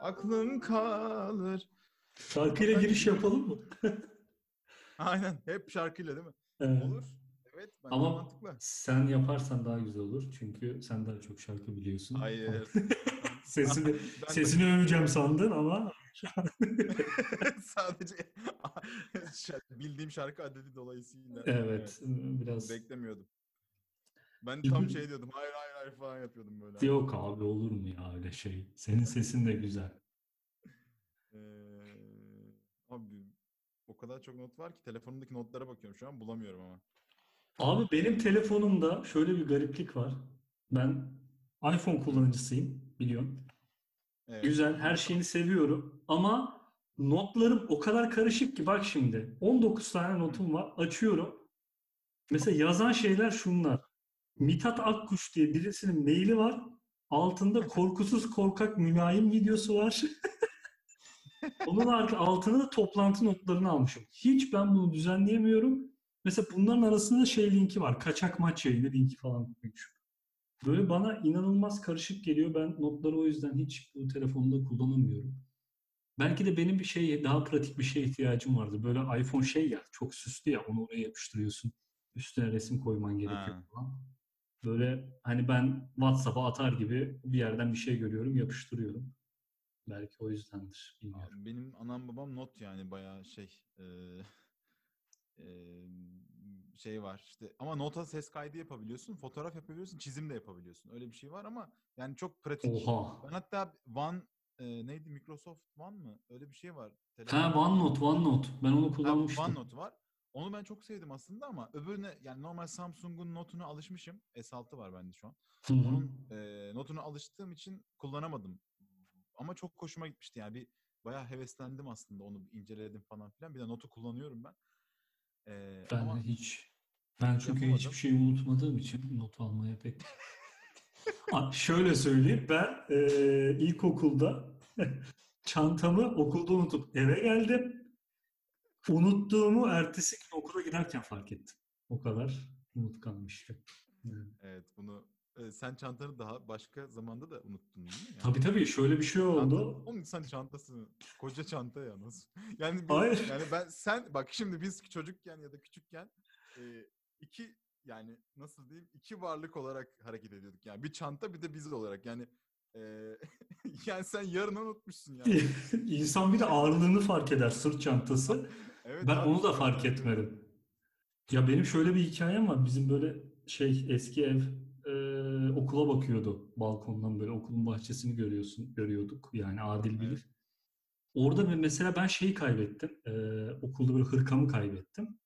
aklım kalır. Şarkıyla Fakat giriş yapalım mı? aynen hep şarkıyla değil mi? Ee, Olur. Evet bence Ama mantıklı. sen yaparsan daha güzel olur. Çünkü sen daha çok şarkı biliyorsun. Hayır. Ben, Sesini ben öveceğim sandın ama sadece bildiğim şarkı adedi dolayısıyla. evet, Evet. Bunu biraz beklemiyordum. Ben tam şey diyordum. Hayır hayır hayır falan yapıyordum böyle hani. yok abi, olur mu ya öyle şey? Senin sesin de güzel. Ee, abi o kadar çok not var ki telefonumdaki notlara bakıyorum şu an bulamıyorum ama. Abi benim telefonumda şöyle bir gariplik var. Ben iPhone Hı, kullanıcısıyım, biliyorum. evet Güzel, her biliyorum. şeyini seviyorum ama notlarım o kadar karışık ki bak şimdi 19 tane Hı. notum var. Açıyorum. Mesela yazan şeyler şunlar. Mithat Akkuş diye birisinin maili var. Altında korkusuz korkak mülayim videosu var. Onun altına da toplantı notlarını almışım. Hiç ben bunu düzenleyemiyorum. Mesela bunların arasında şey linki var. Kaçak maç yayını linki falan koymuşum. Böyle bana inanılmaz karışık geliyor. Ben notları o yüzden hiç bu telefonda kullanamıyorum. Belki de benim bir şey daha pratik bir şeye ihtiyacım vardı. Böyle iPhone şey ya, çok süslü ya, onu oraya yapıştırıyorsun. Üstüne resim koyman gerekiyor Ha. falan. Böyle hani ben WhatsApp'a atar gibi bir yerden bir şey görüyorum, yapıştırıyorum. Belki o yüzdendir, bilmiyorum. Abi benim anam babam not yani bayağı e, şey var işte ama nota ses kaydı yapabiliyorsun, fotoğraf yapabiliyorsun, çizim de yapabiliyorsun. Öyle bir şey var ama yani çok pratik. Oha. Ben hatta neydi Microsoft One mı? Öyle bir şey var. Ha, Telefonda OneNote, kullanıyorum. OneNote. Ben onu Ha kullanmıştım. OneNote var. Onu ben çok sevdim aslında ama öbürüne yani normal Samsung'un notuna alışmışım. S6 var bende şu an. Hı hı. Onun notuna alıştığım için kullanamadım. Ama çok hoşuma gitmişti yani bayağı heveslendim aslında onu inceledim falan filan. Bir de notu kullanıyorum ben. Ben de Ama hiç. Ben çünkü hiçbir yapamadım. şeyi unutmadığım için not almaya pek... Şöyle söyleyeyim. Ben ilkokulda çantamı okulda unutup eve geldim. Unuttuğumu ertesi gün okula giderken fark ettim. O kadar unutkanmıştım. Evet. Evet bunu sen çantanı daha başka zamanda da unuttun değil mi? Tabii Yani tabii, şöyle bir şey çanta, oldu. onun insan çantası koca çanta ya nasıl? Yani Hayır. yani sen bak şimdi biz çocukken ya da küçükken e, iki yani nasıl diyeyim iki varlık olarak hareket ediyorduk. Yani bir çanta bir de biz olarak yani e, yani sen yarın unutmuşsun yani. İnsan bir de ağırlığını fark eder, sırt çantası. Evet Ben abi onu da sırt fark çantası. etmedim. Ya benim şöyle bir hikayem var. Bizim böyle şey eski ev okula bakıyordu balkondan, böyle okulun bahçesini görüyorduk. Yani Adil Evet. bilir. Orada mesela ben şeyi kaybettim. Okulda böyle hırkamı kaybettim.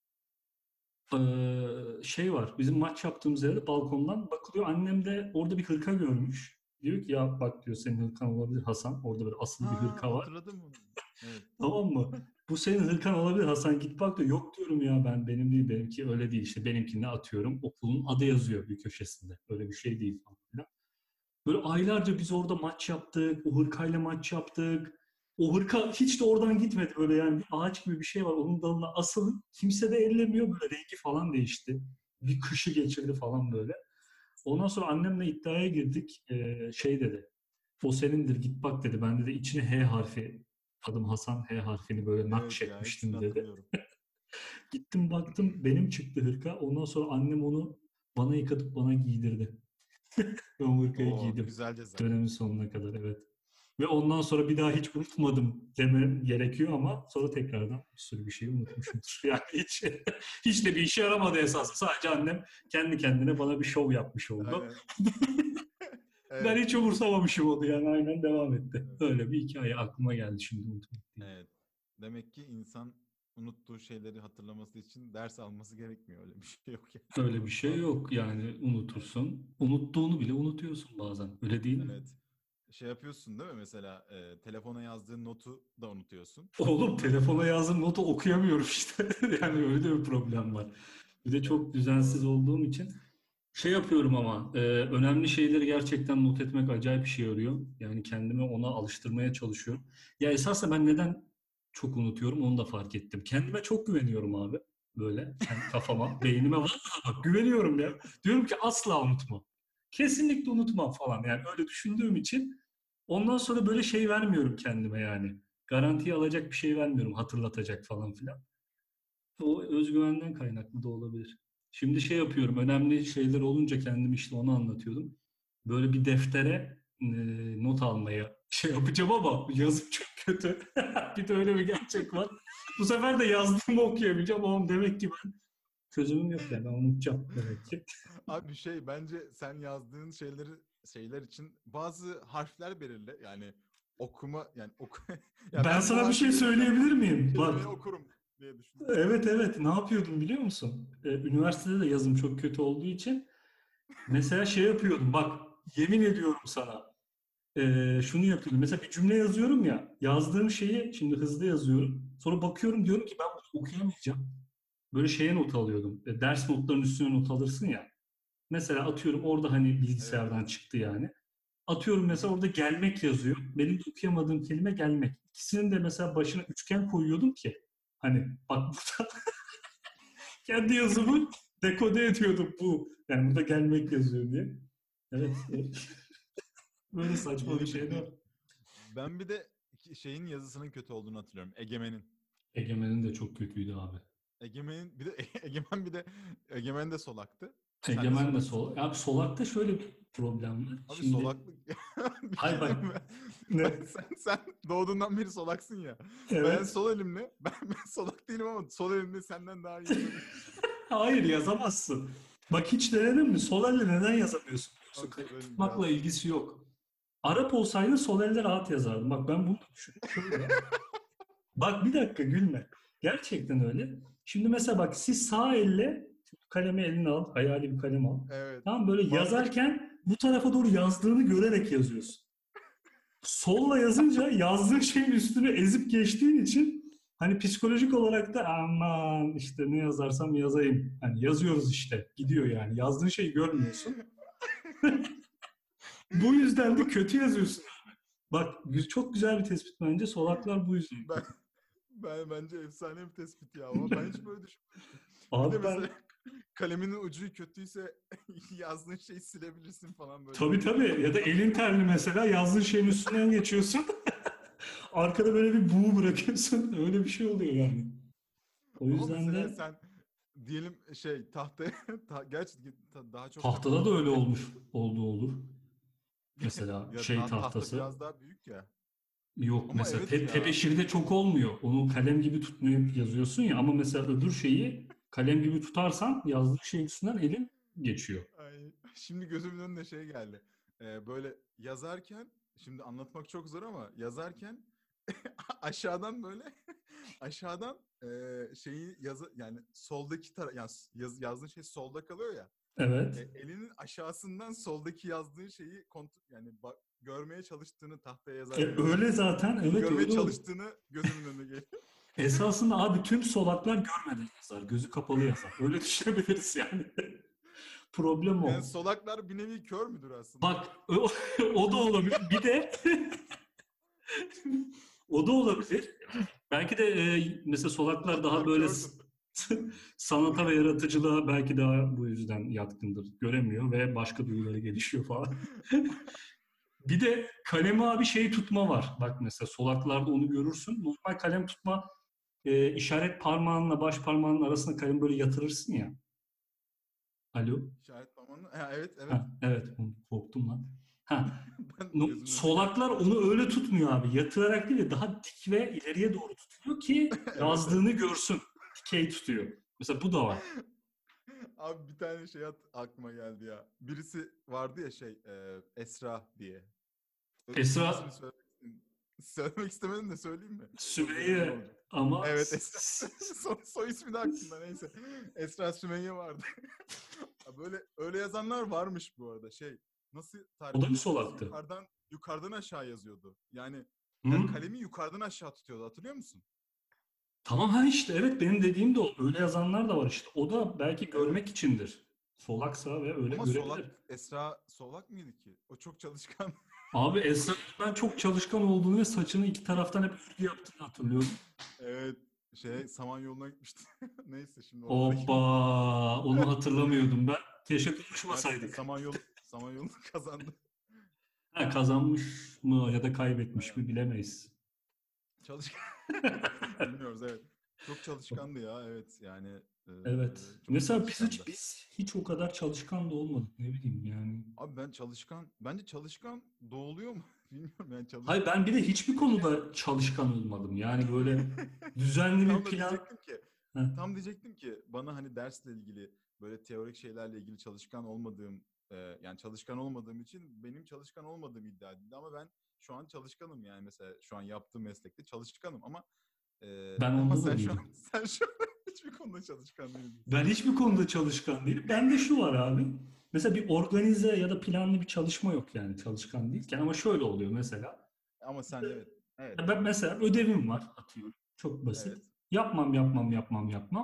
Şey var. Bizim maç yaptığımız yerde balkondan bakılıyor. Annem de orada bir hırka görmüş. Diyor ki ya bak diyor, senin hırkan olabilir Hasan. Orada böyle asılı bir Ha hırka var. hatırladım onu. Evet. Tamam mı? Bu senin hırkan olabilir Hasan, git bak diyor. Yok diyorum ya, ben benim değil, benimki öyle değil. İşte benimkini atıyorum. Okulun adı yazıyor bir köşesinde. Öyle bir şey değil falan filan. Böyle aylarca biz orada maç yaptık. O hırkayla maç yaptık. O hırka hiç de oradan gitmedi böyle, yani bir ağaç gibi bir şey var. Onun dalına asılı. Kimse de ellemiyor. Böyle rengi falan değişti. Bir kışı geçirdi falan böyle. Ondan sonra annemle iddiaya girdik. Şey dedi. O senindir, git bak dedi. Ben de içine H harfi, adım Hasan, H harfini böyle Evet ya hepsini nakşetmiştim dedi. hatırlıyorum. Gittim baktım, benim çıktı hırka. Ondan sonra annem onu bana yıkatıp bana giydirdi. Ben o hırkayı Oo giydim. güzel ceza. Dönemin sonuna kadar, evet. Ve ondan sonra bir daha hiç unutmadım deme gerekiyor ama sonra tekrardan bir sürü bir şey unutmuşumdur. Yani hiç de bir işe yaramadı esas. Sadece annem kendi kendine bana bir şov yapmış oldu. Aynen. Ben Evet. hiç umursamamışım onu, yani aynen devam etti. Evet. Öyle bir hikaye aklıma geldi şimdi, unutmak değil. Evet. Demek ki insan unuttuğu şeyleri hatırlaması için ders alması gerekmiyor. Öyle bir şey yok yani. Öyle bir şey Bazen. yok yani, Evet. unutursun. Unuttuğunu bile unutuyorsun bazen. Öyle değil mi? Evet. Şey yapıyorsun değil mi? Mesela telefona yazdığın notu da unutuyorsun. Oğlum, Ondan telefona sonra yazdığım notu okuyamıyorum işte. Yani öyle de bir problem var. Bir de evet çok düzensiz doğru. olduğum için şey yapıyorum ama önemli şeyleri gerçekten not etmek acayip işe yarıyor. Yani kendimi ona alıştırmaya çalışıyorum. Ya esasında ben neden çok unutuyorum onu da fark ettim. Kendime çok güveniyorum abi. Böyle kendi kafama, beynime vallahi bak güveniyorum ya. Diyorum ki asla unutma. Kesinlikle unutmam falan. Yani öyle düşündüğüm için Ondan sonra böyle şey vermiyorum kendime yani. Garantiye alacak bir şey vermiyorum, hatırlatacak falan filan. O özgüvenden kaynaklı da olabilir. Şimdi şey yapıyorum, önemli şeyler olunca kendim işte onu anlatıyordum. Böyle bir deftere not almaya şey yapacağım ama yazım çok kötü. Bir de öyle bir gerçek var. Bu sefer de yazdığımı okuyamayacağım ama demek ki ben çözümüm yok yani, ben unutacağım demek ki. Abi bence sen yazdığın şeyler için bazı harfler belirle. Yani okuma yani ya Ben ben bu sana bir harfi şey görürsem söyleyebilir bu miyim? Bak, kelimeyi okurum diye düşündüm. evet evet, ne yapıyordum biliyor musun? Üniversitede de yazım çok kötü olduğu için mesela şey yapıyordum, bak yemin ediyorum sana. Şunu yapıyordum. Mesela bir cümle yazıyorum ya. Yazdığım şeyi şimdi hızlı yazıyorum. Sonra bakıyorum, diyorum ki ben bunu okuyamayacağım. Böyle şeye not alıyordum. Ders notlarının üstüne not alırsın ya. Mesela atıyorum orada hani Evet, bilgisayardan evet. çıktı yani. Atıyorum Hı mesela hı. orada gelmek yazıyor. Benim de okuyamadığım kelime gelmek. İkisinin de mesela başına üçgen koyuyordum ki. Hani bak burada kendi yazımı dekode ediyordum bu. Yani burada gelmek yazıyor diye. Evet. Böyle saçma bir Yeni şey de bilgi. var. Ben bir de şeyin yazısının kötü olduğunu hatırlıyorum. Egemen'in. Egemen'in de çok kötüydü abi. Egemen'in bir de Egemen de solaktı. Sen de Egemen de solaksın. sol. Abi solakta şöyle bir problem var. Abi Şimdi solaklık bir hay şey diyeyim bak mi? ne? Sen doğduğundan beri solaksın ya. Ben Evet. sol elimle ben solak değilim ama sol elimle senden daha iyi yazabilirim. Hayır, yazamazsın. Bak hiç denedin mi? Sol elle neden yazamıyorsun biliyorsun? Abi Kalem sol elim tutmakla biraz. ilgisi yok. Arap olsaydı sol elle rahat yazardım. Bak ben bunu da düşündüm. Şöyle. Bak bir dakika, gülme. Gerçekten öyle. Şimdi mesela bak, siz sağ elle kalemi eline al. Hayali bir kalem al. Evet. Tamam, böyle Mantık. yazarken bu tarafa doğru yazdığını görerek yazıyorsun. Solla yazınca yazdığın şeyin üstüne ezip geçtiğin için hani psikolojik olarak da aman işte ne yazarsam yazayım. Hani yazıyoruz işte, gidiyor yani. Yazdığın şeyi görmüyorsun. Bu yüzden de Ama kötü yazıyorsun. Bak çok güzel bir tespit bence. Solaklar bu yüzden ben kötü. bence efsane bir tespit ya, ama ben hiç böyle düşünmemiştim. Bir de Abi mesela ben kaleminin ucu kötüyse yazdığın şeyi silebilirsin falan böyle. tabii tabii, ya da elin terli mesela, yazdığın şeyin üstünden geçiyorsun. Arkada böyle bir buğu bırakıyorsun. Öyle bir şey oluyor yani. O Ama yüzden mesela de sen diyelim tahtaya gerçi daha çok da tahtada da öyle kalem olmuş olduğu olur. Mesela ya şey tahta tahtası. biraz daha büyük ya. Yok Ama mesela evet ya. tebeşirde çok olmuyor. Onu kalem gibi tutmayıp yazıyorsun ya, ama mesela öbür şeyi kalem gibi tutarsan yazdığın şeyin üstünden elin geçiyor. Ay, şimdi gözümün önüne geldi. Böyle yazarken, şimdi anlatmak çok zor ama yazarken aşağıdan böyle aşağıdan yani soldaki yani yazdığın şey solda kalıyor ya. Evet. Elinin aşağısından soldaki yazdığın şeyi yani görmeye çalıştığını tahtaya yazarken Öyle zaten, evet görmeye öyle olur. çalıştığını gözümün önüne geliyor. Esasında abi tüm solaklar görmeden yazar. Gözü kapalı yazar. Öyle düşünebiliriz yani. Problem Yani o. solaklar bir nevi kör müdür aslında? Bak o da olabilir. Bir de o da olabilir. Belki de mesela solaklar daha Solaklar böyle kördür. sanata ve yaratıcılığa belki daha bu yüzden yatkındır. Göremiyor ve başka duyuları gelişiyor falan. Bir de kalemi abi şey tutma var. Bak mesela solaklarda onu görürsün. Normal kalem tutma, işaret parmağınla baş parmağının arasına kalemi böyle yatırırsın ya. Alo? İşaret parmağını. Ha, evet, evet. Ha, evet, korktum lan. Ha, Ben gözümün önüne geldi. solaklar onu öyle tutmuyor abi. Yatırarak değil de daha dik ve ileriye doğru tutuyor ki Evet, evet. yazdığını görsün. Dikey tutuyor. Mesela bu da var. Abi bir tane aklıma geldi ya. Birisi vardı ya Esra diye. İsmini Esra söylemek istemedim de söyleyeyim mi? Çok da uzun Sümeyye olacak. ama Evet, Esra. Soy ismi de aklımda, neyse. Esra Sümeyye vardı. Böyle öyle yazanlar varmış bu arada. Nasıl o tarif da mı edeyim? Kız solaktı? yukarıdan aşağı yazıyordu. Yani Hı? ya kalemi yukarıdan aşağı tutuyordu, hatırlıyor musun? Tamam, ha işte evet, benim dediğim de o. Öyle yazanlar da var işte. O da belki Evet. görmek içindir. Solaksa ve öyle Ama görebilir. Esra solak mıydı ki? O çok çalışkan. Abi Esra'nın ben çok çalışkan olduğunu ve saçını iki taraftan hep örgü yaptığını hatırlıyorum. Evet. Samanyolu'na gitmişti. Neyse, şimdi oralara Hoppa, girmeyeyim. onu hatırlamıyordum ben. Keşke Gerçekten konuşmasaydık. Samanyolu'nu kazandı. Ha, kazanmış mı ya da kaybetmiş mi bilemeyiz. Çalışkan. Bilmiyoruz, evet. Çok çalışkandı ya, evet. Yani Evet. çok Mesela biz çalışkandı. hiç, biz hiç o kadar çalışkan da olmadık. Ne bileyim yani. Abi ben çalışkan, bence çalışkan doğuluyor mu? Bilmiyorum yani, Hayır, çalışkan ben bir de hiçbir keşke. konuda çalışkan olmadım. Yani böyle düzenli bir Tam da plan. diyecektim ki, Heh. bana hani dersle ilgili, böyle teorik şeylerle ilgili çalışkan olmadığım, yani çalışkan olmadığım için benim çalışkan olmadığım iddia edildi, ama ben şu an çalışkanım yani, mesela şu an yaptığım meslekte çalışkanım, ama Ben ama onda da sen şu an değilim. sen şu an hiçbir konuda çalışkan değilsin. Ben hiçbir konuda çalışkan değilim. Bende şu var abi. Mesela bir organize ya da planlı bir çalışma yok yani çalışkan değilken, ama şöyle oluyor mesela. Ama sen de, evet. Evet. Ben mesela ödevim var atıyorum. Çok basit. Evet. Yapmam.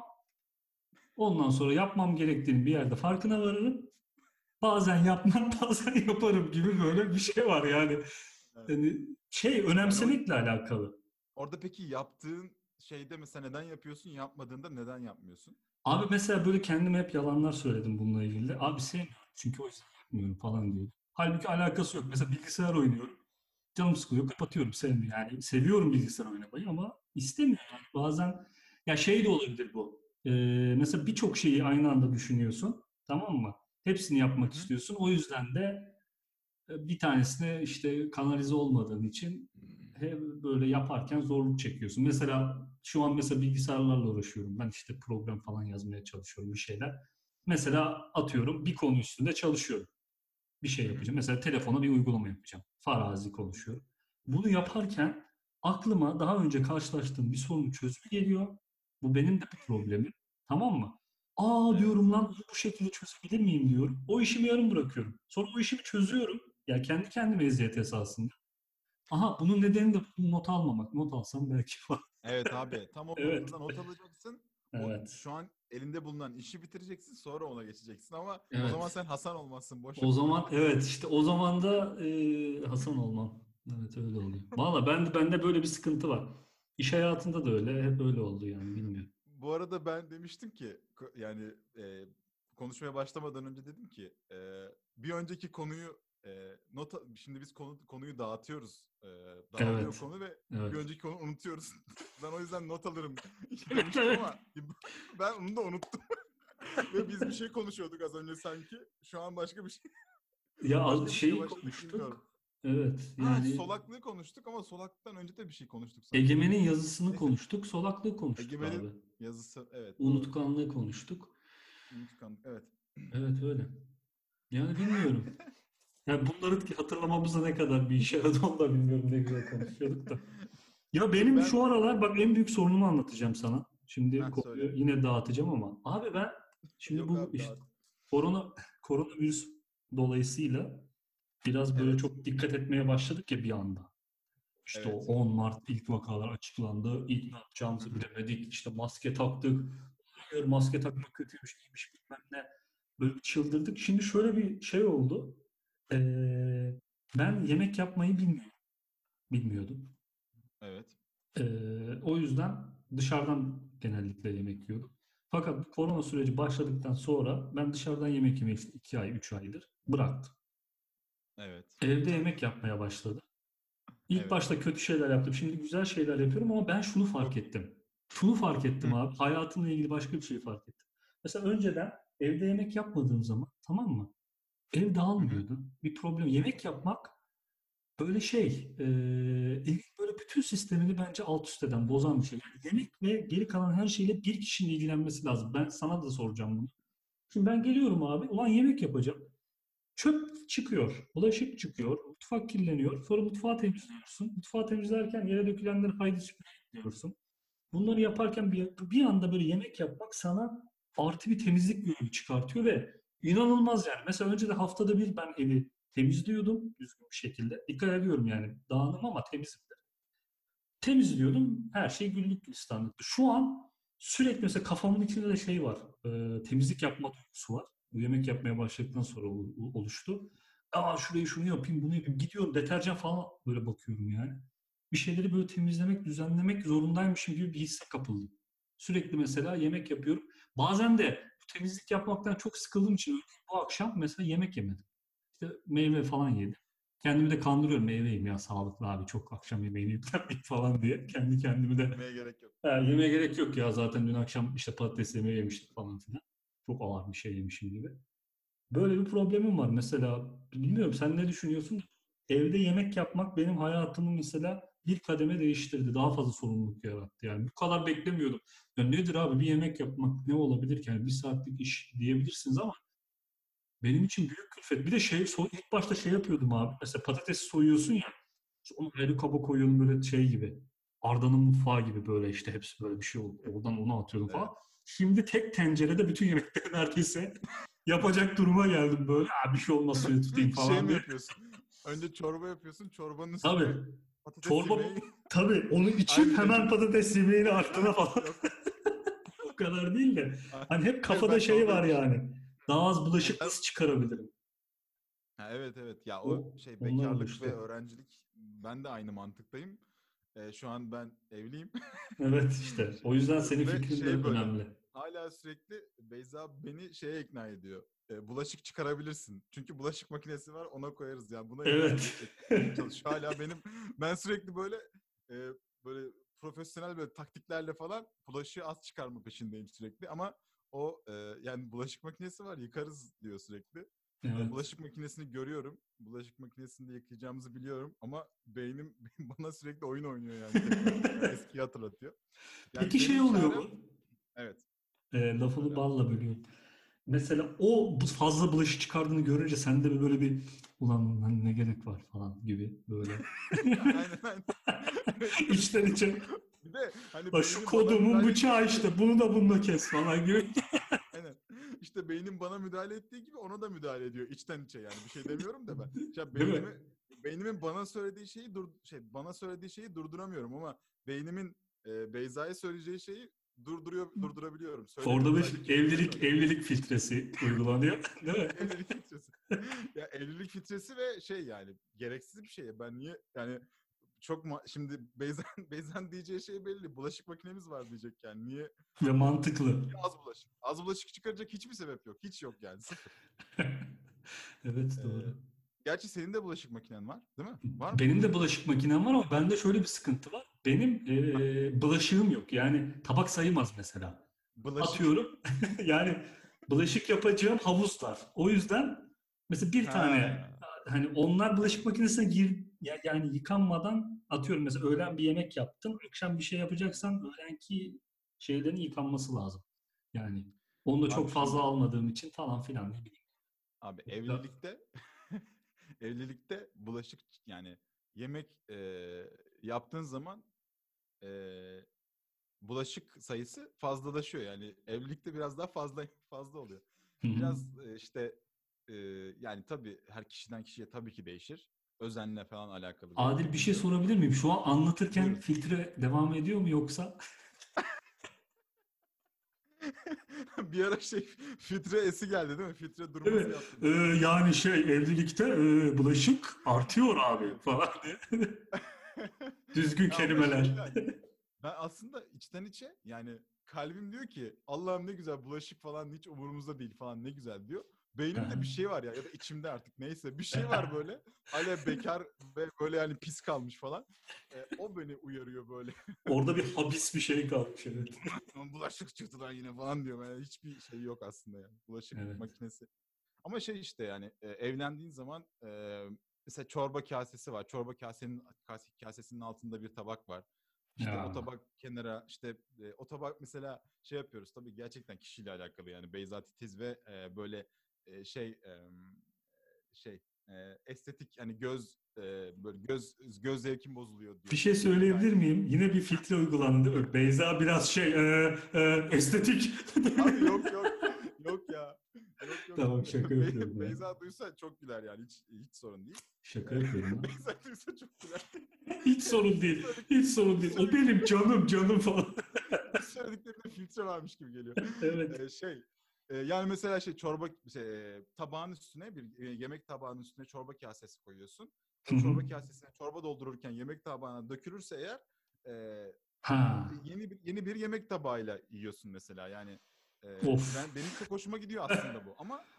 Ondan sonra yapmam gerektiğini bir yerde farkına varırım. Bazen yapmam, bazen yaparım gibi böyle bir şey var yani. Evet. Yani şey, Yani önemsemekle alakalı. orada peki yaptığın şeyde mesela neden yapıyorsun, yapmadığında neden yapmıyorsun? Abi mesela böyle kendime hep yalanlar söyledim bununla ilgili. Abi sevmiyorum çünkü o yüzden yapmıyorum falan diyor. Halbuki alakası yok. Mesela bilgisayar oynuyorum. Canım sıkılıyor, kapatıyorum, sevmiyorum. Yani seviyorum bilgisayar oynamayı ama istemiyorum. Yani bazen ya şey de olabilir bu. Mesela birçok şeyi aynı anda düşünüyorsun. Tamam mı? Hepsini Hı yapmak hı. istiyorsun. O yüzden de bir tanesine işte kanalize olmadığın için böyle yaparken zorluk çekiyorsun. Mesela şu an mesela bilgisayarlarla uğraşıyorum. Ben işte program falan yazmaya çalışıyorum, bir şeyler. Mesela atıyorum bir konu üstünde çalışıyorum. Bir şey Hı hı. yapacağım. Mesela telefona bir uygulama yapacağım. Farazi Hı hı. konuşuyorum. Bunu Evet. yaparken aklıma daha önce karşılaştığım bir sorunun çözümü geliyor. Bu benim de bir problemim. Tamam mı? Aa Evet. diyorum, lan bunu bu şekilde çözebilir miyim diyorum. O işimi yarım bırakıyorum. Sonra o işimi çözüyorum. Ya kendi kendime eziyet esasında. Aha, bunun nedeni de not almamak. Not alsam belki falan. Evet abi. Tam o Evet. noktada not alacaksın. O Evet. şu an elinde bulunan işi bitireceksin. Sonra ona geçeceksin. Ama o zaman Evet. sen Hasan olmazsın. Boş ver. O zaman evet, işte o zaman da Hasan olmam. Evet, öyle oluyor. Valla bende böyle bir sıkıntı var. İş hayatında da öyle. Hep öyle oldu yani, bilmiyorum. Bu arada ben demiştim ki, yani konuşmaya başlamadan önce dedim ki, bir önceki konuyu şimdi biz konuyu dağıtıyoruz. Dağılıyor Evet. konu ve bir Evet. önceki konu unutuyoruz. Ben o yüzden not alırım demiştim, Evet. ama ben onu da unuttum. Ve biz bir şey konuşuyorduk az önce sanki. Şu an başka bir şey Ya başka bir şeye şeyi başladık, bilmiyorum. konuştuk. Evet. Ha, Yani solaklığı konuştuk, ama solaklıktan önce de bir şey konuştuk sanki. Egemen'in yazısını Neyse. konuştuk. Solaklığı konuştuk abi. Egemen'in yazısı, evet, doğru. Unutkanlığı konuştuk. Unutkanlık, evet. Evet, öyle. Yani bilmiyorum. Yani bunları hatırlamamıza ne kadar bir işe yaradı onu da bilmiyorum. Ne güzel konuşuyorduk da. Ya benim Ben şu aralar bak en büyük sorunumu anlatacağım sana. Şimdi söyle. konuyu yine dağıtacağım ama. Abi ben şimdi Yok bu abi, işte dağıt. koronavirüs dolayısıyla biraz böyle Evet. çok dikkat etmeye başladık ya bir anda. İşte o Evet. 10 Mart ilk vakalar açıklandı. İlk ne Hı yapacağımızı hı. bilemedik. İşte maske taktık. Hayır, maske takmak kötüymüş, iyiymiş, bilmem ne. Böyle bir çıldırdık. Şimdi şöyle bir şey oldu. Ben yemek yapmayı bilmiyordum. Evet. O yüzden dışarıdan genellikle yemek yiyordum. Fakat bu korona süreci başladıktan sonra ben dışarıdan yemek yemeyi işte 2 ay, 3 aydır bıraktım. Evet. Evde yemek yapmaya başladım. İlk Evet. başta kötü şeyler yaptım. Şimdi güzel şeyler yapıyorum ama ben şunu fark Çok. ettim. Şunu fark ettim Hı. abi. Hayatımla ilgili başka bir şey fark ettim. Mesela önceden evde yemek yapmadığım zaman, tamam mı? Ev Hı hı. dağılmıyordu. Bir problem. Yemek yapmak böyle şey, evin böyle bütün sistemini bence alt üst eden, bozan bir şey. Yani yemek ve geri kalan her şeyle bir kişinin ilgilenmesi lazım. Ben sana da soracağım bunu. Şimdi ben geliyorum abi, ulan yemek yapacağım. Çöp çıkıyor, bulaşık çıkıyor, mutfak kirleniyor. Sonra mutfağı temizliyorsun. Mutfağı temizlerken yere dökülenleri haydi süpürüyorsun. Bunları yaparken bir anda böyle yemek yapmak sana artı bir temizlik görevi çıkartıyor ve inanılmaz yani. Mesela önce de haftada bir ben evi temizliyordum düzgün bir şekilde. Dikkat ediyorum yani, dağınım ama temizimdir. Temizliyordum, her şey güllük gülistanlıktı. Şu an sürekli mesela kafamın içinde de şey var. Temizlik yapma duygusu var. Bu yemek yapmaya başladıktan sonra oluştu. Aa, şurayı şunu yapayım, bunu yapayım. Gidiyorum deterjan falan böyle bakıyorum yani. Bir şeyleri böyle temizlemek, düzenlemek zorundaymışım gibi bir hisse kapıldım. Sürekli mesela yemek yapıyorum. Bazen de bu temizlik yapmaktan çok sıkıldığım için bu akşam mesela yemek yemedim. İşte meyve falan yedim. Kendimi de kandırıyorum, meyveyim ya, sağlıklı abi, çok akşam yemeğini yüklenmeyeyim falan diye. Kendi kendimi de Yemeye gerek yok. Yemeye gerek yok ya, zaten dün akşam işte patates yemeği yemiştik falan filan. Çok ağır bir şey yemişim gibi. Böyle bir problemim var mesela. Bilmiyorum, sen ne düşünüyorsun? Evde yemek yapmak benim hayatımı mesela bir kademe değiştirdi. Daha fazla sorumluluk yarattı. Yani bu kadar beklemiyordum. Ya nedir abi, bir yemek yapmak ne olabilir ki? Yani bir saatlik iş diyebilirsiniz ama benim için büyük külfet. Bir de ilk başta şey yapıyordum abi. Mesela patatesi soyuyorsun ya. İşte onu ayrı kaba koyuyordum, böyle şey gibi. Arda'nın mutfağı gibi, böyle işte hepsi böyle bir şey oldu. Oradan onu atıyordum falan. Evet. Şimdi tek tencerede bütün yemekleri neredeyse yapacak duruma geldim böyle. Bir şey olmaz, suya tutayım Şey falan mi diye. yapıyorsun? Önce çorba yapıyorsun. Çorbanın Tabii. üstüne patates Çorba, yemeği. tabii onu içip Aynı hemen tencerede. patates yemeğini ardına falan. Yok. O kadar değil de. Hani hep Hayır, kafada ben şey çorbayı var yani. Daha az bulaşık ben nasıl çıkarabilirim? ha, evet evet ya, o O, şey, onlar bekarlık ve oluştu. öğrencilik, ben de aynı mantıktayım. Şu an ben evliyim. Evet, işte. Şey, O yüzden senin ve fikrin de şey böyle önemli. hala sürekli Beyza beni şeye ikna ediyor. Bulaşık çıkarabilirsin. Çünkü bulaşık makinesi var, ona koyarız yani. Buna Evet. etmeye çalışıyor. Hala ben sürekli böyle e, böyle profesyonel böyle taktiklerle falan bulaşığı az çıkarma peşindeyim sürekli. Ama o yani bulaşık makinesi var, yıkarız diyor sürekli. Evet. Bulaşık makinesini görüyorum. Bulaşık makinesinde yıkayacağımızı biliyorum ama beynim bana sürekli oyun oynuyor yani, tekrar tekrar eskiyi hatırlatıyor. Peki Yani şey benim oluyor çarem, mu? evet, Lafını söyle. balla bölüyorum. Mesela o fazla bulaşık çıkardığını görünce sende bir böyle bir, ulan hani ne gerek var falan gibi böyle. Aynen aynen. Evet, evet. İçten içe. Bir de hani Bak şu beynim bana kodumun müdahale ettiği bıçağı gibi, işte, bunu da bununla kes falan gibi. aynen. İşte beynim bana müdahale ettiği gibi ona da müdahale ediyor içten içe, yani bir şey demiyorum da ben. Ya Değil mi? beynimin bana söylediği şeyi bana söylediği şeyi durduramıyorum ama beynimin Beyza'ya söyleyeceği şeyi durdurabiliyorum. Orada Söylemiyorum, sadece bir kelimeye evlilik filtresi uygulanıyor. Değil mi? evlilik filtresi. Ya evlilik filtresi ve şey, yani gereksiz bir şey. Ben niye yani, şimdi Beyza'nın diyeceği şey belli. Bulaşık makinemiz var diyecek yani. Niye Ve mantıklı. az bulaşık? Az bulaşık çıkaracak hiçbir sebep yok. Hiç yok yani, sıfır. Evet, Ee, doğru. Gerçi senin de bulaşık makinen var, değil mi? Var mı? Benim de bulaşık makinem var ama bende şöyle bir sıkıntı var. Benim Hah, bulaşığım yok. Yani tabak sayılmaz mesela. bulaşık. Atıyorum. Yani bulaşık yapacağım havuz var. O yüzden mesela bir tane, Ha, hani onlar bulaşık makinesine yani yıkanmadan, atıyorum mesela öğlen bir yemek yaptın. Akşam bir şey yapacaksan öğlenki şeylerin yıkanması lazım. Yani onu da çok abi fazla şimdi, almadığım için falan filan, ne bileyim. abi Ya, evlilikte evlilikte bulaşık, yani yemek yaptığın zaman bulaşık sayısı fazlalaşıyor. Yani evlilikte biraz daha fazla oluyor. hı hı. Biraz e, yani tabii her kişiden kişiye tabii ki değişir. Özenle falan alakalı bir Adil, bir şey durum. sorabilir miyim? Şu an anlatırken Buyurun. filtre devam ediyor mu yoksa? Bir ara şey, filtre esi geldi değil mi? Filtre Değil durması mi? yaptım bir ara. Yani evlilikte bulaşık artıyor abi Evet. falan diye. Düzgün Ya ama şey, kelimeler. yani ben aslında içten içe, yani kalbim diyor ki Allah'ım ne güzel, bulaşık falan hiç umurumuzda değil falan, ne güzel diyor. Beynimde bir şey var ya da içimde, artık neyse bir şey var böyle. Hala bekar ve böyle yani pis kalmış falan. O beni uyarıyor böyle. Orada bir habis bir şey kalmış, evet. Bulaşık çıktılar yine falan diyor. Yani hiçbir şey yok aslında yani. Bulaşık Evet. makinesi. Ama şey işte, yani evlendiğin zaman mesela çorba kasesi var. Kasesinin altında bir tabak var. İşte o Ya. tabak kenara, işte o tabak mesela şey yapıyoruz. Tabii gerçekten kişiyle alakalı, yani Beyza titiz ve böyle şey estetik, hani böyle göz zevkim bozuluyor Bir diyor. şey İkna söyleyebilir ediyor. miyim? Yine bir filtre uygulandı. Beyza biraz estetik. Abi yok yok. Yok ya. Yok yok. Tamam, şaka yapıyorum ya. Beyza duysa çok güler yani. Hiç sorun değil. Şaka yapıyorum lan. Beyza duysa çok güler. Hiç Bir sorun şey değil. söyledik. Hiç sorun Bir değil. O söyledik. benim canım, canım falan. Bir söylediklerinde filtre varmış gibi geliyor. Evet. Yani mesela tabağın üstüne yemek tabağının üstüne çorba kasesi koyuyorsun. Hı O hı. çorba kasesine çorba doldururken yemek tabağına dökülürse eğer, e, Ha. yeni bir yemek tabağıyla yiyorsun mesela. Yani Of. benim çok hoşuma gidiyor aslında bu. Ama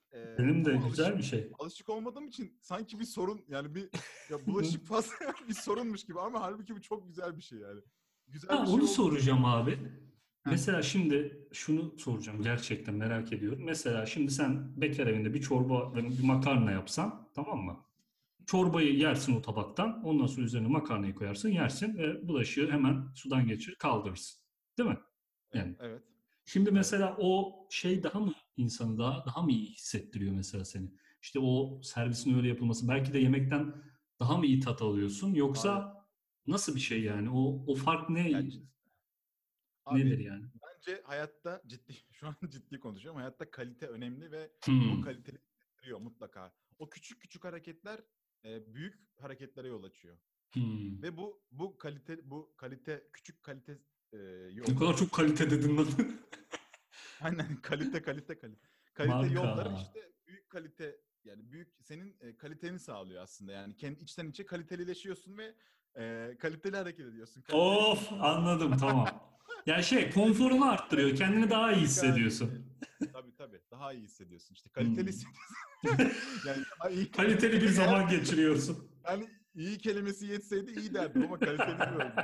Benim de Ama güzel bir şey. alışık olmadığım için sanki bir sorun, yani bir ya bulaşık fazla bir sorunmuş gibi, ama halbuki bu çok güzel bir şey yani. Güzel Ha, bir şey onu olduğu için. soracağım abi. Heh, Mesela şimdi şunu soracağım, gerçekten merak ediyorum. Mesela şimdi sen bekar evinde bir çorba ve bir makarna yapsan, tamam mı? Çorbayı yersin o tabaktan. Ondan sonra üzerine makarnayı koyarsın, yersin ve bulaşığı hemen sudan geçir, kaldırırsın. Değil mi? Yani evet. şimdi Evet. mesela o şey daha mı insanı daha mı iyi hissettiriyor mesela seni? İşte o servisin öyle yapılması. Belki de yemekten daha mı iyi tat alıyorsun? Abi, Yoksa nasıl bir şey yani? O fark ya, nedir abi yani? bence hayatta ciddi şu an ciddi konuşuyorum. Hayatta kalite önemli ve bu Hmm. kaliteli hissettiriyor mutlaka. O küçük küçük hareketler büyük hareketlere yol açıyor. Hmm. Ve bu kalite küçük kalite e, Ne kadar yolları çok kalite dedin lan. aynen kalite kalite Marka. yolları işte büyük kalite, yani büyük senin kaliteni sağlıyor aslında. Yani kendi içten içe kalitelileşiyorsun ve kaliteli hareket ediyorsun. Kaliteli Of, konuşuyorsun. anladım, tamam. Yani şey, konforunu Kaliteli arttırıyor. Kendini daha iyi gayet. hissediyorsun. Tabii daha iyi hissediyorsun. İşte kaliteli Hmm. hissediyorsun. Yani daha iyi Kaliteli bir eğer zaman geçiriyorsun. yani iyi kelimesi yetseydi iyi derdim, ama kaliteli diyorum.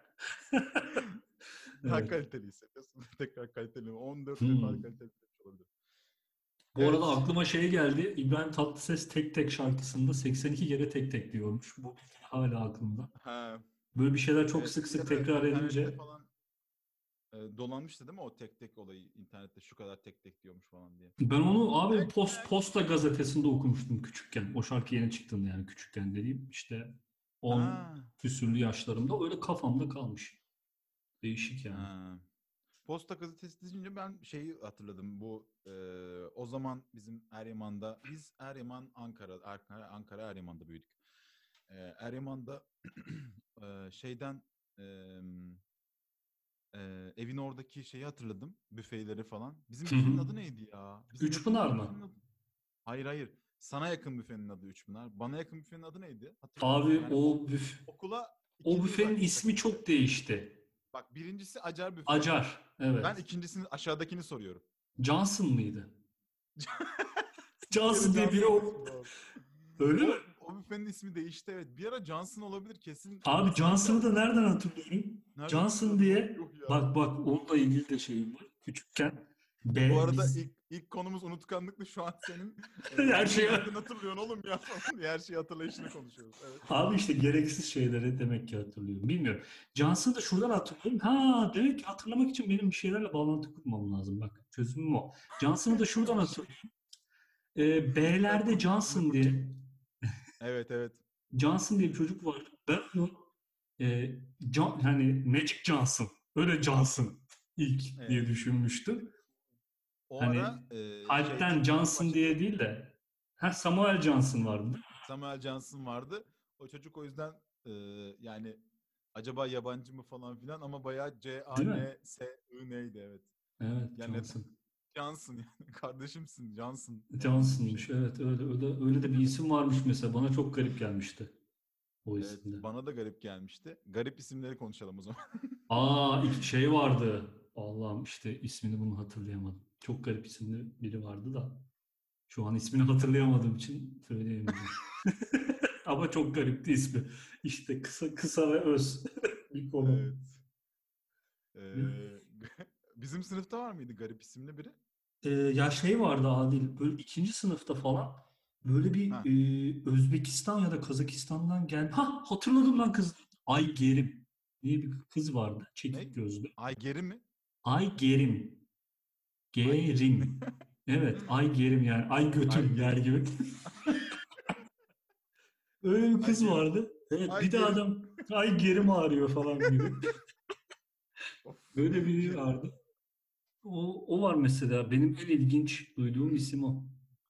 Daha Evet. kaliteli hissediyorsun. Tekrar kaliteli. 14 defa Hmm. kaliteli olabilir. Bu arada Evet. aklıma şey geldi. İbrahim Tatlıses Tek Tek şarkısında 82 kere tek tek diyormuş. Bu hala aklımda. Ha, Böyle bir şeyler çok evet, sık bir sık ara tekrar internette edince. falan dolanmıştı değil mi o tek tek olayı? İnternette şu kadar tek tek diyormuş falan diye. Ben onu abi Belki. Posta gazetesinde okumuştum küçükken. O şarkı yeni çıktığında, yani küçükken dediğim işte 10 Ha. küsürlü yaşlarımda öyle kafamda kalmış. Değişik yani. Ha. Posta gazetesi deyince ben şeyi hatırladım. O zaman bizim Eryaman'da, biz Eryaman Ankara Eryaman'da büyüdük. Eryaman'da şeyden e, evin oradaki şeyi hatırladım. Büfeleri falan. Bizim Hı hı. büfenin adı neydi ya? Bizim Üçpınar yakındaki büfenin mı? adı. Hayır. Sana yakın büfenin adı Üçpınar. Bana yakın büfenin adı neydi? Hatırlıyor musun? Abi Yani o okula o ikili büfenin ismi uzaklıktaki büfe. çok değişti. Bak, birincisi Acar büfe. Acar. Ben Evet. ikincisini, aşağıdakini soruyorum. Johnson mıydı? Bir kere Johnson diye biri Johnson'ın o. ismi doğru. Öyle mi? O büfenin ismi değişti, evet. Bir ara Johnson olabilir kesin. Abi Sanki Johnson'ı da nereden hatırlıyorum? nereden Johnson hatırladım onu? diye Yuh ya. bak onunla ilgili de şeyim var. Küçükken Bu arada biz ilk konumuz unutkanlıktı. Şu an senin her bunu şeye nereden hatırlıyorsun oğlum ya falan diye her şeyi hatırlayışını konuşuyoruz. Evet. abi işte gereksiz şeyleri demek ki hatırlıyorum. Bilmiyorum. Johnson'ı da şuradan hatırlıyorum. Ha, demek ki hatırlamak için benim bir şeylerle bağlantı kurmam lazım. Bak, çözümüm o. Johnson'ı da şuradan Bir şey. hatırlıyorum. Sen B'lerde kurgu üstünde Johnson kurgu. diye Evet. Johnson diye bir çocuk vardı. Ben onu hani Magic Johnson, öyle Johnson ilk diye Evet. düşünmüştüm. O Hani ara şey Alp'ten çıkmaya Johnson başladı. diye değil de Samuel Johnson vardı. Samuel Johnson vardı. O çocuk o yüzden e, yani acaba yabancı mı falan filan, ama bayağı Değil mi? Cansin'di, evet. Evet, Yani neden Johnson. Johnson yani kardeşimsin Johnson falan gibi bir Johnson'mış. şey. Evet, öyle de bir isim varmış mesela. Bana çok garip gelmişti o Evet, isimde. bana da garip gelmişti. Garip isimleri konuşalım o zaman. İki şey vardı. Allah'ım, işte ismini bunu hatırlayamadım. Çok garip isimli biri vardı da. Şu an ismini hatırlayamadığım için söyleyemeyeceğim. Ama çok garipti ismi. İşte kısa ve öz bir konu. Evet. Ee, bizim sınıfta var mıydı garip isimli biri? Ya şey vardı Adil, böyle ikinci sınıfta falan böyle bir Ha, Özbekistan ya da Kazakistan'dan Ha, hatırladım lan kız. Ay Gerim diye bir kız vardı. ne? Çekik gözlü. Ay geri mi? Ay Gerim. Ay geri mi? Gerim. Evet, Ay Gerim, yani ay Ay götüm der geri. gibi. Öyle bir Ay kız geri. vardı. Evet, Ay bir de geri. adam ay gerim ağrıyor falan gibi. Of. Böyle biri Geri. vardı. O var mesela. Benim en ilginç duyduğum isim o.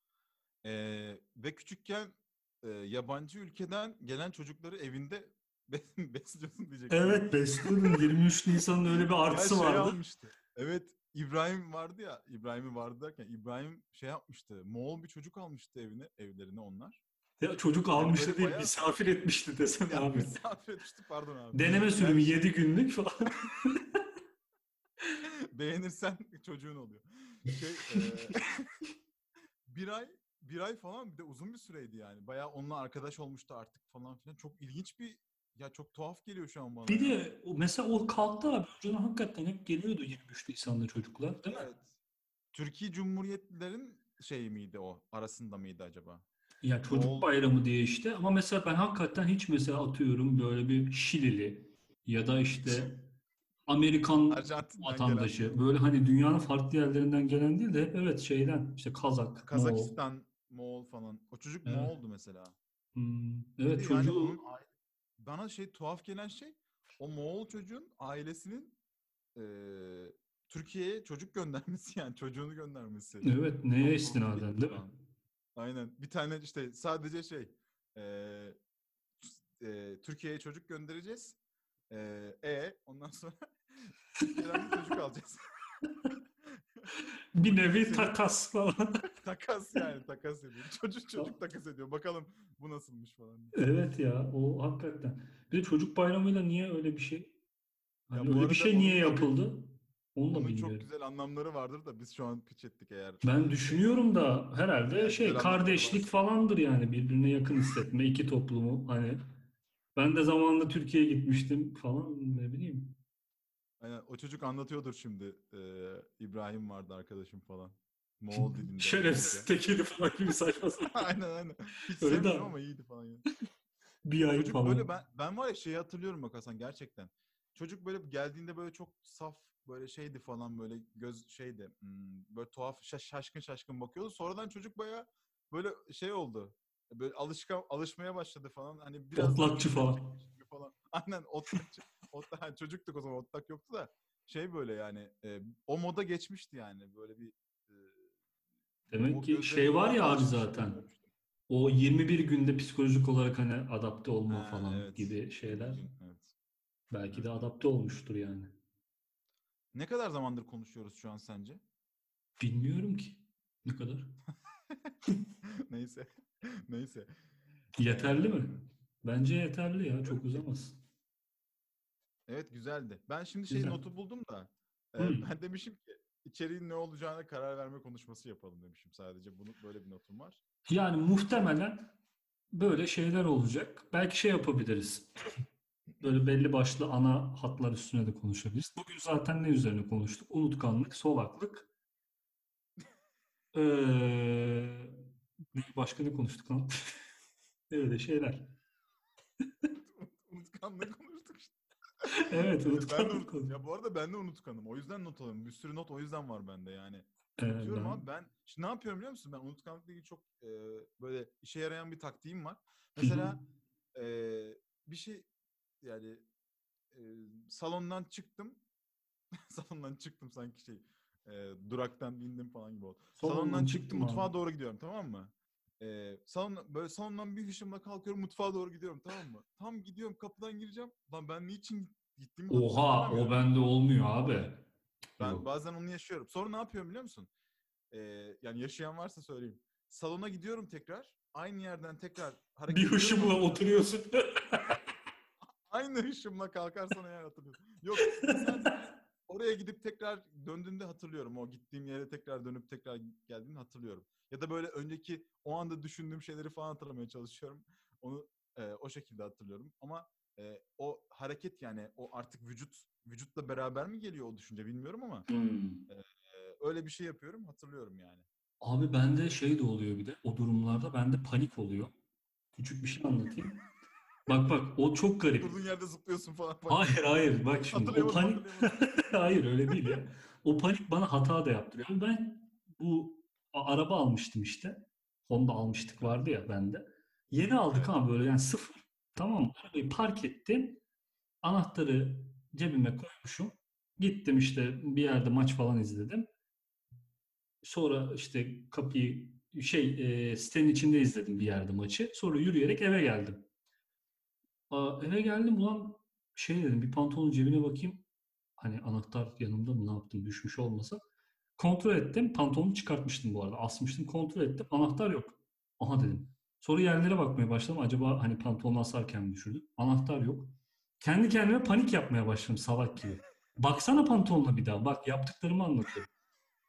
Ve küçükken yabancı ülkeden gelen çocukları evinde besliyorsun diyecektim. Evet, besliyordum. 23 Nisan'ın öyle bir Ya artısı şey vardı. almıştı. Evet, İbrahim vardı ya. İbrahim'i vardı derken İbrahim şey yapmıştı. Moğol bir çocuk almıştı evlerine onlar. Ya çocuk Yani almıştı böyle değil, bayağı misafir etmişti desene ya abi. misafir etmişti, pardon abi. Deneme sürümü Yani 7 günlük falan. beğenirsen çocuğun oluyor. Şey bir ay falan, bir de uzun bir süreydi yani. Bayağı onunla arkadaş olmuştu artık falan filan. Çok ilginç bir, ya çok tuhaf geliyor şu an bana Bir ya. de mesela o kalktı abi. Önceden hakikaten hep geliyordu 23 Nisan'da çocuklar, değil mi? Evet. Türkiye Cumhuriyetlerin şey miydi o? Arasında mıydı acaba? Ya çocuk Moğol, bayramı diye işte, ama mesela ben hakikaten hiç mesela atıyorum böyle bir Şilili ya da işte Amerikan Arjantin'den gelen vatandaşı, böyle hani dünyanın farklı yerlerinden gelen değil de hep evet şeyden işte Kazak, Moğol. Kazakistan, Moğol falan. O çocuk Evet. Moğol'du mesela. Bir de Evet yani onun çocuğu bana şey tuhaf gelen şey, o Moğol çocuğun ailesinin Türkiye'ye çocuk göndermesi, yani çocuğunu göndermesi. evet neye Çok tuhaf istinaden geliyor değil şu mi? an. Aynen. Bir tane işte sadece şey, eee, Türkiye'ye çocuk göndereceğiz. Ondan sonra Türkiye'den de çocuk alacağız. Bir Bu nevi senin takas falan. takas, yani takas ediyor. Çocuk takas ediyor. Bakalım bu nasılmış falan diye. Evet ya, o hakikaten. Bir de çocuk bayramıyla niye öyle bir şey? Hani Ya bu öyle bir arada şey niye onun da yapıldı? Onu da onun çok bilmiyorum. güzel anlamları vardır da biz şu an piç ettik eğer Ben düşünüyorum da herhalde eğer şey güzel anlamları kardeşlik varsa. falandır, yani birbirine yakın hissetme iki toplumu hani, ben de zamanında Türkiye'ye gitmiştim falan, ne bileyim. Aynen, o çocuk anlatıyordur şimdi. İbrahim vardı arkadaşım falan. Moğol dilinde, Şerefsiz Moğolca. tekiydi falan gibi saçma sapan. Aynen. Hiç Öyle de sevmedim ama iyiydi falan yani. bir ay Çocuk böyle, falan. ben var ya şeyi hatırlıyorum bak Hasan, gerçekten. Çocuk böyle geldiğinde böyle çok saf, böyle şeydi falan, böyle göz şeydi. Böyle tuhaf şaşkın şaşkın bakıyordu. Sonradan çocuk baya böyle şey oldu. Böyle alışmaya başladı falan. Hani biraz daha Otlakçı küçülecekmiş falan. gibi falan. Aynen, otlakçı. Yani çocuktuk o zaman, otlak yoktu da. Şey böyle yani, o moda geçmişti yani. Böyle bir e, Demek o ki gözlerine şey var falan ya abi alışmış gibi zaten. görmüştüm. O 21 günde psikolojik olarak hani adapte olma Ha, falan evet. gibi 21 şeyler. gün, evet. Belki de Evet, evet. adapte olmuştur yani. Ne kadar zamandır konuşuyoruz şu an sence? Bilmiyorum ki. Ne kadar? Neyse. Neyse. Yeterli Eee, mi? Bence yeterli ya. Çok Bilmiyorum ki. uzamaz. Evet, güzeldi. Ben şimdi şey Güzel. notu buldum da Hmm. ben demişim ki içeriğin ne olacağına karar verme konuşması yapalım demişim. Sadece bunu, böyle bir notum var. Yani muhtemelen böyle şeyler olacak. Belki şey yapabiliriz. Böyle belli başlı ana hatlar üstüne de konuşabiliriz. Bugün zaten ne üzerine konuştuk? Unutkanlık, solaklık. Ee, başka ne konuştuk lan? Öyle şeyler. Unutkanlığı konuştuk işte. Evet, Ben de unutkanlık konu. ya bu arada ben de unutkanım. O yüzden not alıyorum. Bir sürü not o yüzden var bende yani. Unutuyorum Ben abi. Ben şimdi ne yapıyorum biliyor musun? Ben unutkanlıkla ilgili çok böyle işe yarayan bir taktiğim var. Hı hı. Mesela bir şey, yani salondan çıktım. Salondan çıktım sanki şey, duraktan bindim falan gibi oldu. Salondan Salondan çıktım, çıktım abi. mutfağa doğru gidiyorum, tamam mı? Böyle salondan bir hışımla kalkıyorum, mutfağa doğru gidiyorum, tamam mı? Tam gidiyorum, kapıdan gireceğim. Lan ben niçin gittiğimi Oha, o hatırlamıyorum. bende olmuyor abi. Ben Yok. bazen onu yaşıyorum. Sonra ne yapıyorum biliyor musun? Yani yaşayan varsa söyleyeyim. Salona gidiyorum tekrar. Aynı yerden tekrar Bir hareket ediyorum, hışımla hatırlıyorum. oturuyorsun. Aynı hışımla kalkarsan eğer hatırlıyorsun. Yok, sadece oraya gidip tekrar döndüğümde hatırlıyorum. O gittiğim yere tekrar dönüp tekrar geldiğimde hatırlıyorum. Ya da böyle önceki o anda düşündüğüm şeyleri falan hatırlamaya çalışıyorum. Onu o şekilde hatırlıyorum. Ama o hareket, yani o artık vücutla beraber mi geliyor o düşünce bilmiyorum ama Hmm. e, öyle bir şey yapıyorum, hatırlıyorum yani. Abi bende şey de oluyor bir de. O durumlarda bende panik oluyor. Küçük bir şey anlatayım. Bak bak, o çok garip. Durduğun yerde zıplıyorsun falan, panik Hayır yapıyorsun. hayır, bak şimdi o Hatırlayamadım, panik hatırlayamadım. hayır öyle değil ya. O panik bana hata da yaptırıyor. Ben bu araba almıştım işte. Honda almıştık Evet, vardı ya bende. Yeni aldık evet, ama böyle yani sıfır. Tamam mı? Arabayı park ettim. Anahtarı cebime koymuşum. Gittim işte bir yerde maç falan izledim. Sonra işte kapıyı sitenin içinde izledim bir yerde maçı. Sonra yürüyerek eve geldim. Eve geldim ulan, şey dedim, bir pantolonun cebine bakayım. Hani anahtar yanımda mı, ne yaptım, düşmüş olmasa. Kontrol ettim. Pantolonu çıkartmıştım bu arada. Asmıştım, kontrol ettim. Anahtar yok. Aha dedim. Sonra yerlere bakmaya başladım. Acaba hani pantolonu asarken mi düşürdüm? Anahtar yok. Kendi kendime panik yapmaya başladım salak gibi. Baksana pantolonuna bir daha. Bak, yaptıklarımı anlatıyorum.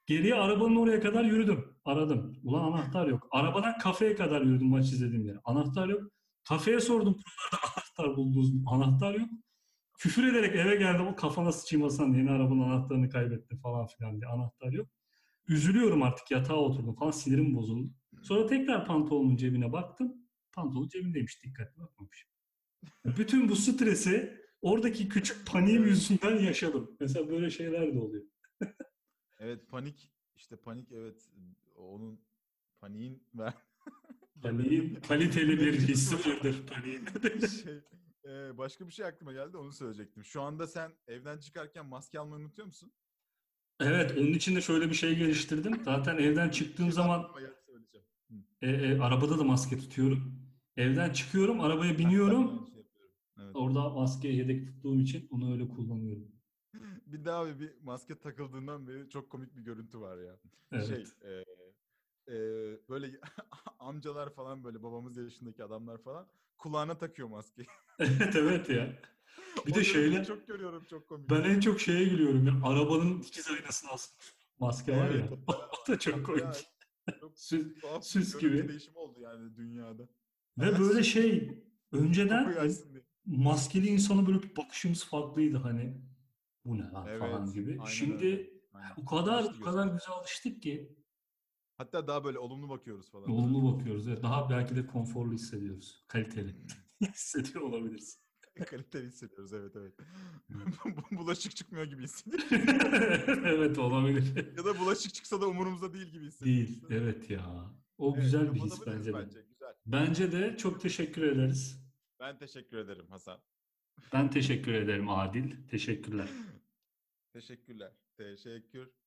Geriye arabanın oraya kadar yürüdüm. Aradım. Ulan anahtar yok. Arabadan kafeye kadar yürüdüm maç izlediğim yere. Anahtar yok. Kafeye sordum buralarda anahtar buldunuz mu? Anahtar yok. Küfür ederek eve geldim. O kafana sıçayım Hasan. Yeni arabanın anahtarını kaybettim falan filan diye. Anahtar yok. Üzülüyorum artık yatağa oturdum falan. Sinirim bozuldu. Sonra tekrar pantolonun cebine baktım. Pantolon cebindeymiş. Dikkatli bakmamışım. Bütün bu stresi oradaki küçük paniğim Evet. yüzünden yaşadım. Mesela böyle şeyler de oluyor. Evet, panik işte, panik, evet, onun paniğin ver geleneğin Paniğin kaliteli bir etkisi hissi var. vardır paniğin. Şey, başka bir şey aklıma geldi, onu söyleyecektim. Şu anda sen evden çıkarken maske almayı unutuyor musun? Evet, onun için de şöyle bir şey geliştirdim. Zaten evden çıktığım Şimdi zaman aklıma geldi, söyleyeceğim. Hı. arabada da maske tutuyorum. Evden çıkıyorum, arabaya Heh, ben de aynı biniyorum. şey yapıyorum. Evet. Orada maskeyi yedek tuttuğum için onu öyle kullanıyorum. Bir daha abi, bir maske takıldığından beri çok komik bir görüntü var ya. Şey, Evet. böyle amcalar falan, böyle babamız yaşındaki adamlar falan kulağına takıyor maskeyi. Evet evet ya. Bir de O görüntüyü şeyler, çok görüyorum, çok komik. ben en çok şeye gülüyorum ya. Arabanın dikiz aynasına asılmış maske var ya. Evet, O da çok ya komik. çok Süs, tuhaf bir süs görüntü gibi. değişimi oldu yani dünyada. Ve böyle şey, önceden Kokuyu açsın diye. maskeli insana böyle bir bakışımız farklıydı hani. Bu ne lan falan Evet, gibi. aynen öyle. Şimdi Aynen. o kadar Değişti o kadar gözümüz. güzel alıştık ki Hatta daha böyle olumlu bakıyoruz falan, değil mi? olumlu bakıyoruz. Evet, daha belki de konforlu hissediyoruz. Kaliteli hissediyor olabiliriz. Kaliteli hissediyoruz, evet, evet. Evet. Bulaşık çıkmıyor gibi hissediyoruz. Evet olabilir. Ya da bulaşık çıksa da umurumuzda değil gibi hissediyoruz, Değil. değil mi? Evet ya. O Evet, güzel bir his kapatabiliriz bence de. bence. Güzel. Bence de çok teşekkür ederiz. Ben teşekkür ederim Hasan. Ben teşekkür ederim Adil. Teşekkürler. Teşekkürler. Teşekkür.